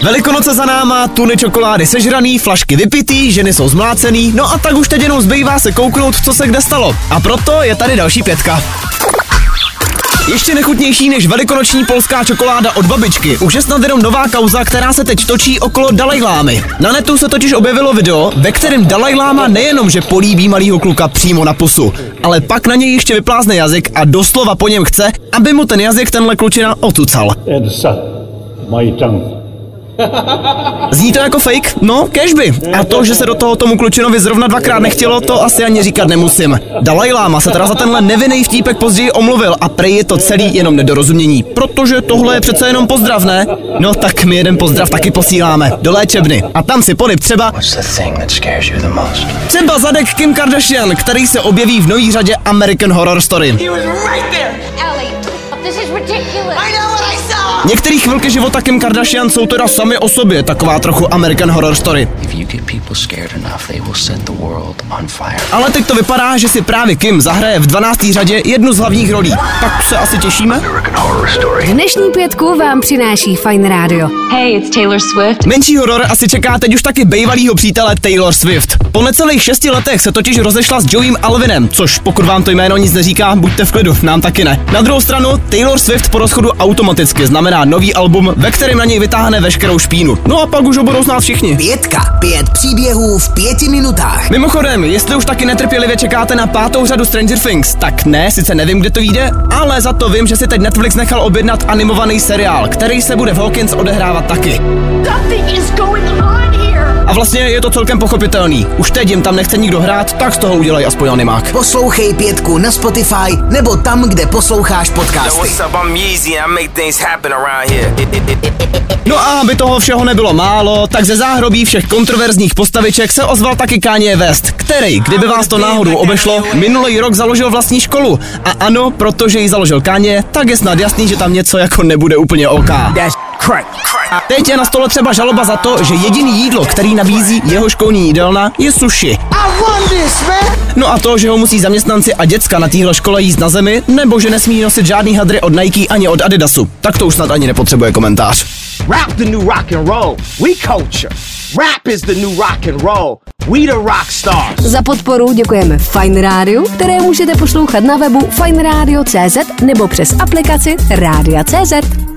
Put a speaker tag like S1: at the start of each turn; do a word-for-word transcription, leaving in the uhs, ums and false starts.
S1: Velikonoce za náma, tuny čokolády sežraný, flašky vypitý, ženy jsou zmlácený, no a tak už teď jenom zbývá se kouknout, co se kde stalo. A proto je tady další pětka. Ještě nechutnější než velikonoční polská čokoláda od babičky už je snad jenom nová kauza, která se teď točí okolo Dalajlámy. Na netu se totiž objevilo video, ve kterém Dalajláma nejenom, že políbí malýho kluka přímo na pusu, ale pak na něj ještě vyplázne jazyk a doslova po něm chce, aby mu ten jazyk tenhle klučina otucal. Zní to jako fake? No, kéžby. A to, že se do toho tomu klučinovi zrovna dvakrát nechtělo, to asi ani říkat nemusím. Dalajláma se teda za tenhle nevinný vtípek později omluvil a prej je to celý jenom nedorozumění. Protože tohle je přece jenom pozdrav, ne? No tak my jeden pozdrav taky posíláme. Do léčebny. A tam si polyp třeba... Třeba zadek Kim Kardashian, který se objeví v nový řadě American Horror Story. Některé chvilky života Kim Kardashian jsou teda sami o sobě taková trochu American Horror Story. Ale teď to vypadá, že si právě Kim zahraje v dvanácté řadě jednu z hlavních rolí. Tak se asi těšíme?
S2: Dnešní pětku vám přináší Fajn rádio.
S3: Hey, it's Taylor Swift.
S1: Menší horor asi čeká teď už taky bejvalýho přítele Taylor Swift. Po necelých šesti letech se totiž rozešla s Joeym Alvinem, což pokud vám to jméno nic neříká, buďte v klidu, nám taky ne. Na druhou stranu, Taylor Swift po rozchodu automaticky znamená nový album, ve kterém na něj vytáhne veškerou špínu. No a pak už ho budou znát všichni.
S4: Pětka, pět příběhů v pěti minutách.
S1: Mimochodem, jestli už taky netrpělivě čekáte na pátou řadu Stranger Things, tak ne, sice nevím, kde to vyjde, ale za to vím, že si teď Netflix nechal objednat animovaný seriál, který se bude v Hawkins odehrávat taky. A vlastně je to celkem pochopitelný. Už teď jim tam nechce nikdo hrát, tak z toho udělají aspoň animák.
S4: Poslouchej Pětku na Spotify nebo tam, kde posloucháš podcasty.
S1: No a aby toho všeho nebylo málo, tak ze záhrobí všech kontroverzních postaviček se ozval taky Kanye West, který, kdyby vás to náhodou obešlo, minulý rok založil vlastní školu. A ano, protože ji založil Kanye, tak je snad jasný, že tam něco jako nebude úplně OK. Teď je na stole třeba žaloba za to, že jediný jídlo, který nabízí jeho školní jídelna, je sushi. No a to, že ho musí zaměstnanci a děcka na téhle škole jíst na zemi, nebo že nesmí nosit žádný hadry od Nike ani od Adidasu, tak to už snad ani nepotřebuje komentář.
S5: Rap the new rock and roll. We culture. Rap is the new rock and roll. We the rock stars.
S2: Za podporu děkujeme Fajn rádiu, které můžete poslouchat na webu fajn rádio tečka cé zet nebo přes aplikaci Rádia tečka cé zet.